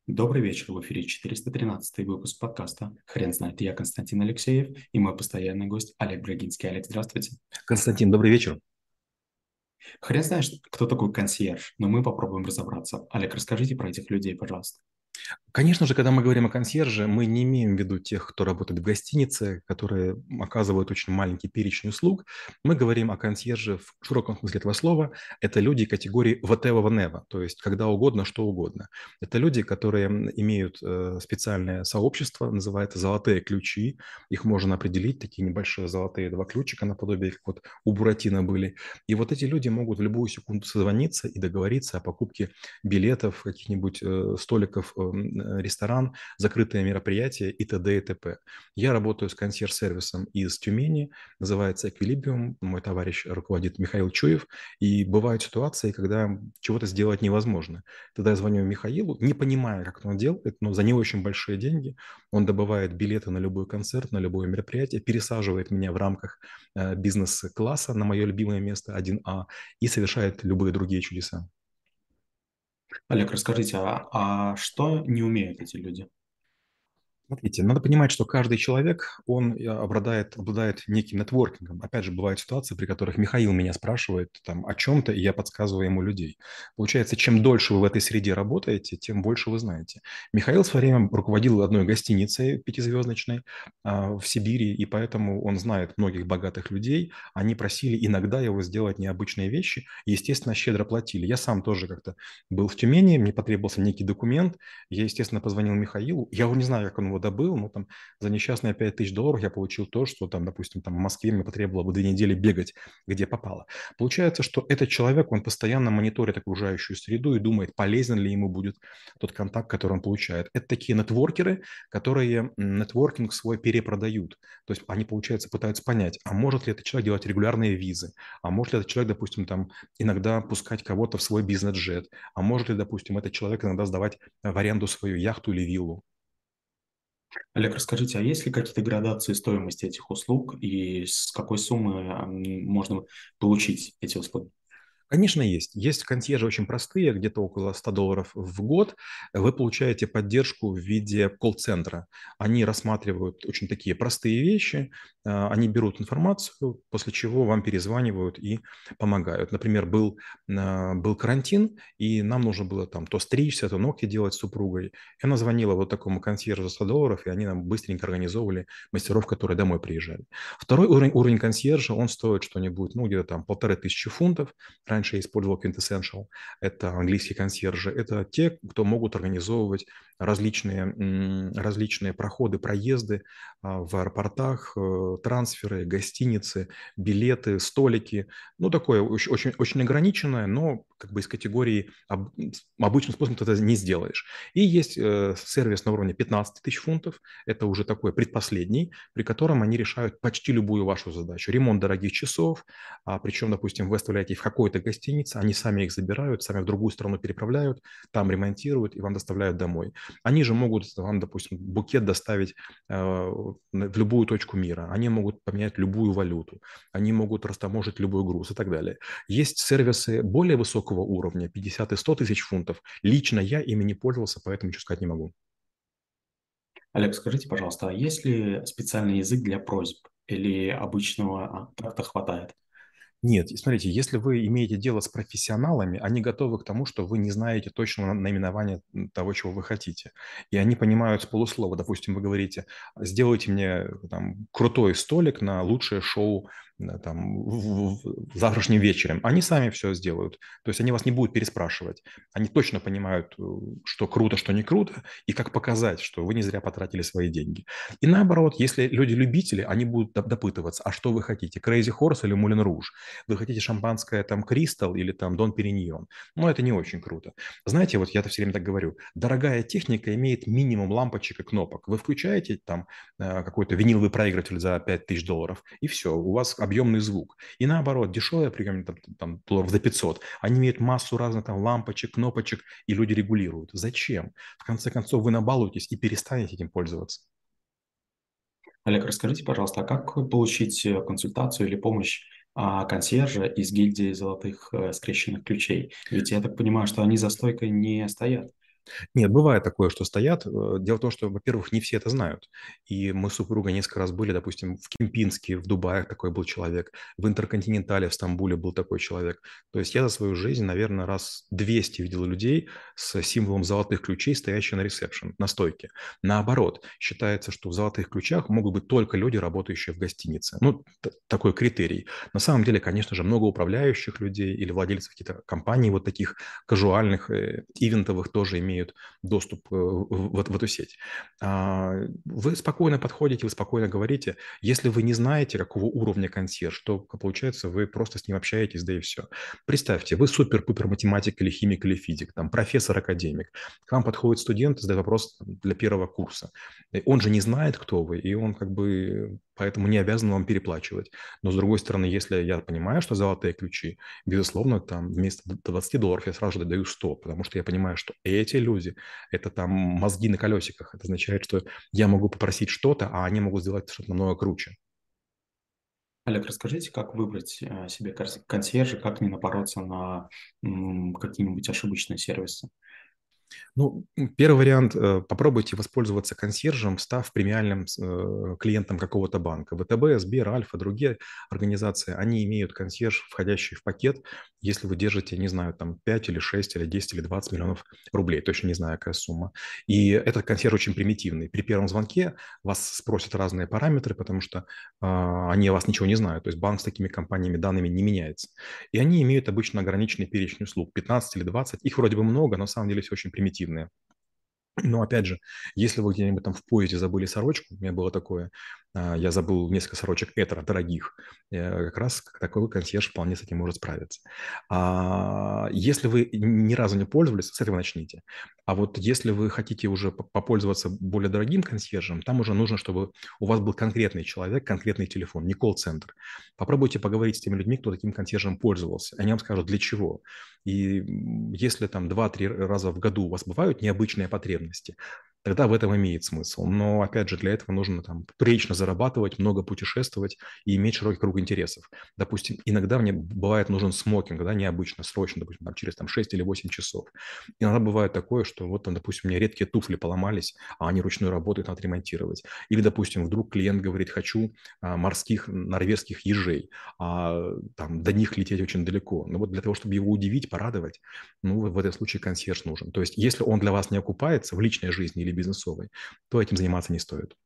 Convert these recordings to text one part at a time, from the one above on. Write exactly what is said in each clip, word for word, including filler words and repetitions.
Добрый вечер, в эфире четыреста тринадцатый выпуск подкаста «Хрен знает». Я Константин Алексеев и мой постоянный гость Олег Брагинский. Олег, здравствуйте. Константин, добрый вечер. Хрен знает, что- кто такой консьерж, но мы попробуем разобраться. Олег, расскажите про этих людей, пожалуйста. Конечно же, когда мы говорим о консьерже, мы не имеем в виду тех, кто работает в гостинице, которые оказывают очень маленький перечень услуг. Мы говорим о консьерже в широком смысле этого слова. Это люди категории whatever, whenever, то есть когда угодно, что угодно. Это люди, которые м, имеют э, специальное сообщество, называется «золотые ключи». Их можно определить, такие небольшие золотые два ключика наподобие, как вот у Буратино были. И вот эти люди могут в любую секунду созвониться и договориться о покупке билетов, каких-нибудь э, столиков, э, м, ресторан, закрытые мероприятия и т.д. и т.п. Я работаю с консьерж-сервисом из Тюмени, называется Equilibrium. Мой товарищ руководит Михаил Чуев. И бывают ситуации, когда чего-то сделать невозможно. Тогда я звоню Михаилу, не понимая, как он делает, но за не очень большие деньги. Он добывает билеты на любой концерт, на любое мероприятие, пересаживает меня в рамках э, бизнес-класса на мое любимое место один А и совершает любые другие чудеса. Олег, расскажите, а, а что не умеют эти люди? Смотрите, надо понимать, что каждый человек, он э, обладает, обладает неким нетворкингом. Опять же, бывают ситуации, при которых Михаил меня спрашивает там, о чем-то, и я подсказываю ему людей. Получается, чем дольше вы в этой среде работаете, тем больше вы знаете. Михаил в свое время руководил одной гостиницей пятизвездочной а, в Сибири, и поэтому он знает многих богатых людей. Они просили иногда его сделать необычные вещи, и, естественно, щедро платили. Я сам тоже как-то был в Тюмени, мне потребовался некий документ, я, естественно, позвонил Михаилу. Я уже не знаю, как он его добыл, но там за несчастные пять тысяч долларов я получил то, что там, допустим, там в Москве мне потребовало бы две недели бегать, где попало. Получается, что этот человек, он постоянно мониторит окружающую среду и думает, полезен ли ему будет тот контакт, который он получает. Это такие нетворкеры, которые м, нетворкинг свой перепродают. То есть они, получается, пытаются понять, а может ли этот человек делать регулярные визы, а может ли этот человек, допустим, там иногда пускать кого-то в свой бизнес-джет, а может ли, допустим, этот человек иногда сдавать в аренду свою яхту или виллу. Олег, расскажите, а есть ли какие-то градации стоимости этих услуг и с какой суммы м, можно получить эти услуги? Конечно, есть. Есть консьержи очень простые, где-то около ста долларов в год. Вы получаете поддержку в виде колл-центра. Они рассматривают очень такие простые вещи, а, они берут информацию, после чего вам перезванивают и помогают. Например, был, а, был карантин, и нам нужно было там то стричься, то ногти делать с супругой. И она звонила вот такому консьержу за сто долларов, и они нам быстренько организовывали мастеров, которые домой приезжали. Второй уровень, уровень консьержа, он стоит что-нибудь, ну, где-то там полторы тысячи фунтов. Раньше я использовал Quintessential. Это английские консьержи. Это те, кто могут организовывать различные, различные проходы, проезды а, в аэропортах, э, трансферы, гостиницы, билеты, столики. Ну, такое очень, очень, очень ограниченное, но как бы из категории об- обычным способом ты это не сделаешь. И есть э, сервис на уровне пятнадцать тысяч фунтов. Это уже такой предпоследний, при котором они решают почти любую вашу задачу. Ремонт дорогих часов, а, причем, допустим, вы оставляете их в какой-то гостинице, они сами их забирают, сами в другую страну переправляют, там ремонтируют и вам доставляют домой. Они же могут вам, допустим, букет доставить э, в любую точку мира, они могут поменять любую валюту, они могут растаможить любой груз и так далее. Есть сервисы более высокого уровня, пятьдесят и сто тысяч фунтов. Лично я ими не пользовался, поэтому ничего сказать не могу. Олег, скажите, пожалуйста, а есть ли специальный язык для просьб или обычного а, так-то хватает? Нет, и смотрите, если вы имеете дело с профессионалами, они готовы к тому, что вы не знаете точного на- наименования м, того, чего вы хотите. И они понимают с полуслова. Допустим, вы говорите, сделайте мне там крутой столик на лучшее шоу э, там, в, в- в завтрашнем вечером. Они сами все сделают. То есть они вас не будут переспрашивать. Они точно понимают, э, что круто, что не круто, и как показать, что вы не зря потратили свои деньги. И наоборот, если люди-любители, они будут доп- допытываться, а что вы хотите, Crazy Horse или Moulin Rouge? Вы хотите шампанское там Кристалл или там Дон Периньон? Но это не очень круто. Знаете, вот я-то все время так говорю, дорогая техника имеет минимум лампочек и кнопок. Вы включаете там э, какой-то виниловый проигрыватель за пять тысяч долларов, и все, у вас объемный звук. И наоборот, дешевые приемы, там, там, долларов за пятьсот, они имеют массу разных там лампочек, кнопочек, и люди регулируют. Зачем? В конце концов, вы набалуетесь и перестанете этим пользоваться. Олег, расскажите, пожалуйста, а как получить э, консультацию или помощь а, консьержа из гильдии золотых э, скрещенных ключей? Ведь я так понимаю, что они за стойкой не стоят. Нет, бывает такое, что стоят. Э, Дело в том, что, во-первых, не все это знают. И мы с супругой несколько раз были, допустим, в Кемпинске, в Дубае такой был человек, в Интерконтинентале в Стамбуле был такой человек. То есть я за свою жизнь, наверное, раз двести видел людей с символом золотых ключей, стоящие на ресепшн, на стойке. Наоборот, считается, что в золотых ключах могут быть только люди, работающие в гостинице. Ну, т- такой критерий. На самом деле, конечно же, много управляющих людей или владельцев каких-то компаний вот таких кажуальных, э, ивентовых тоже имеют доступ э, в, в- в эту сеть. А, Вы спокойно подходите, вы спокойно говорите. Если вы не знаете, какого уровня консьерж, то получается, вы просто с ним общаетесь, да и все. Представьте, вы супер-пупер математик или химик или физик, там, профессор-академик. К вам подходит студент, задает вопрос для первого курса. И он же не знает, кто вы, и он как бы поэтому не обязан вам переплачивать. Но с другой стороны, если я понимаю, что золотые ключи, безусловно, там вместо двадцати долларов я сразу же даю сто, потому что я понимаю, что эти люди, это там мозги на колесиках. Это означает, что я могу попросить что-то, а они могут сделать что-то намного круче. Олег, расскажите, как выбрать э, себе кон- консьержа, как не напороться на м, какие-нибудь ошибочные сервисы? Ну, первый вариант, э, попробуйте воспользоваться консьержем, став премиальным э, клиентом какого-то банка. ВТБ, Сбер, Альфа, другие организации, они имеют консьерж, входящий в пакет, если вы держите, не знаю, там пять или шесть или десять или двадцать миллионов рублей, точно не знаю, какая сумма. И этот консьерж очень примитивный. При первом звонке вас спросят разные параметры, потому что а, они о вас ничего не знают. То есть банк с такими компаниями данными не меняется. И они имеют обычно ограниченный перечень услуг, пятнадцать или двадцать. Их вроде бы много, но на самом деле все очень примитивные. Но опять же, если вы где-нибудь там в поезде забыли сорочку, у меня было такое, а, я забыл несколько сорочек Этера, дорогих, э, как раз такой консьерж вполне с этим может справиться. А если вы ни разу не пользовались, с этого начните. А вот если вы хотите уже по- попользоваться более дорогим консьержем, там уже нужно, чтобы у вас был конкретный человек, конкретный телефон, не колл-центр. Попробуйте поговорить с теми людьми, кто таким консьержем пользовался. Они вам скажут, для чего. И если там два-три раза в году у вас бывают необычные потребности, тогда в этом имеет смысл. Но, опять же, для этого нужно там прилично зарабатывать, много путешествовать и иметь широкий круг интересов. Допустим, иногда мне бывает нужен смокинг, да, необычно, срочно, допустим, там, через там, шесть или восемь часов. Иногда бывает такое, что вот там, допустим, у меня редкие туфли поломались, а они ручной работают, надо ремонтировать. Или, допустим, вдруг клиент говорит, хочу а, морских норвежских ежей, а там до них лететь очень далеко. Но вот для того, чтобы его удивить, порадовать, ну, в этом случае консьерж нужен. То есть, если он для вас не окупается в личной жизни или бизнесовой, то этим заниматься не стоит.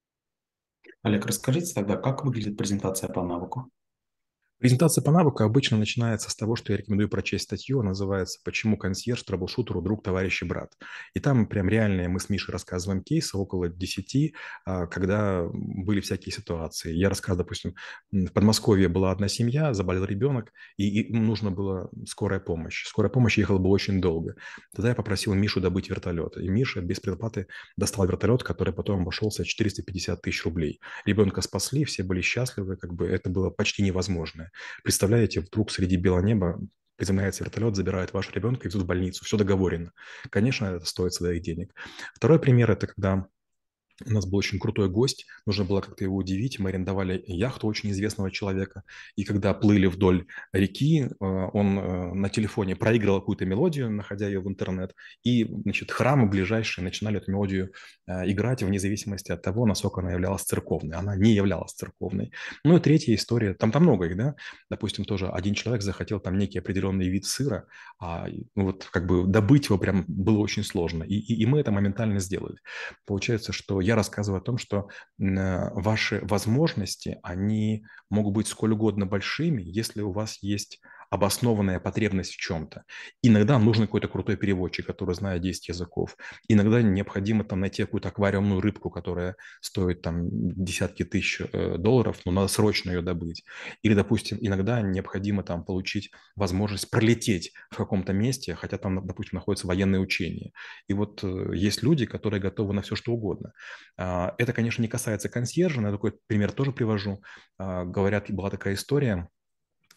Олег, расскажите тогда, как выглядит презентация по навыку? Презентация по навыку обычно начинается с того, что я рекомендую прочесть статью, она называется «Почему консьерж трэблшутеру друг, товарищ и брат». И там прям реальные мы с Мишей рассказываем кейсы, около десяти, а, когда были всякие ситуации. Я рассказываю, допустим, м, в Подмосковье была одна семья, заболел ребенок, и и им нужно было скорая помощь. Скорая помощь ехала бы очень долго. Тогда я попросил Мишу добыть вертолет. И Миша без предоплаты достал вертолет, который потом обошелся четыреста пятьдесят тысяч рублей. Ребенка спасли, все были счастливы, как бы это было почти невозможно. Представляете, вдруг среди бела неба приземляется вертолет, забирает вашего ребенка и везут в больницу. Все договорено. Конечно, это стоит своих денег. Второй пример – это когда у нас был очень крутой гость, нужно было как-то его удивить. Мы арендовали яхту очень известного человека. И когда плыли вдоль реки, э, он э, на телефоне проигрывал какую-то мелодию, находя ее в интернет. И, значит, храмы ближайшие начинали эту мелодию э, играть вне зависимости от того, насколько она являлась церковной. Она не являлась церковной. Ну и третья история, там, там много их, да. Допустим, тоже один человек захотел там некий определенный вид сыра, а ну, вот как бы добыть его прям было очень сложно. И, и, и мы это моментально сделали. Получается, что я рассказываю о том, что м, ваши возможности, они могут быть сколь угодно большими, если у вас есть обоснованная потребность в чем-то. Иногда нужен какой-то крутой переводчик, который знает десять языков. Иногда необходимо там найти какую-то аквариумную рыбку, которая стоит там десятки тысяч э, долларов, но надо срочно ее добыть. Или, допустим, иногда необходимо там получить возможность пролететь в каком-то месте, хотя там, допустим, находятся военные учения. И вот э, есть люди, которые готовы на все, что угодно. А, Это, конечно, не касается консьержа, но я такой пример тоже привожу. А, Говорят, была такая история,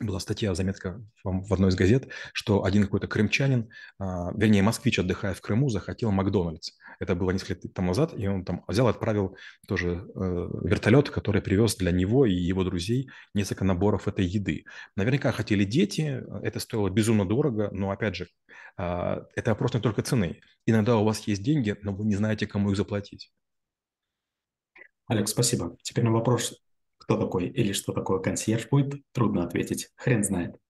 была статья, заметка в в одной из газет, что один какой-то крымчанин, а, вернее, москвич, отдыхая в Крыму, захотел Макдональдс. Это было несколько лет тому назад, и он там взял, отправил тоже э, вертолет, который привез для него и его друзей несколько наборов этой еды. Наверняка хотели дети, это стоило безумно дорого, но, опять же, а, это вопрос не только цены. Иногда у вас есть деньги, но вы не знаете, кому их заплатить. Олег, спасибо. Теперь на вопрос, кто такой или что такое консьерж, будет трудно ответить. Хрен знает.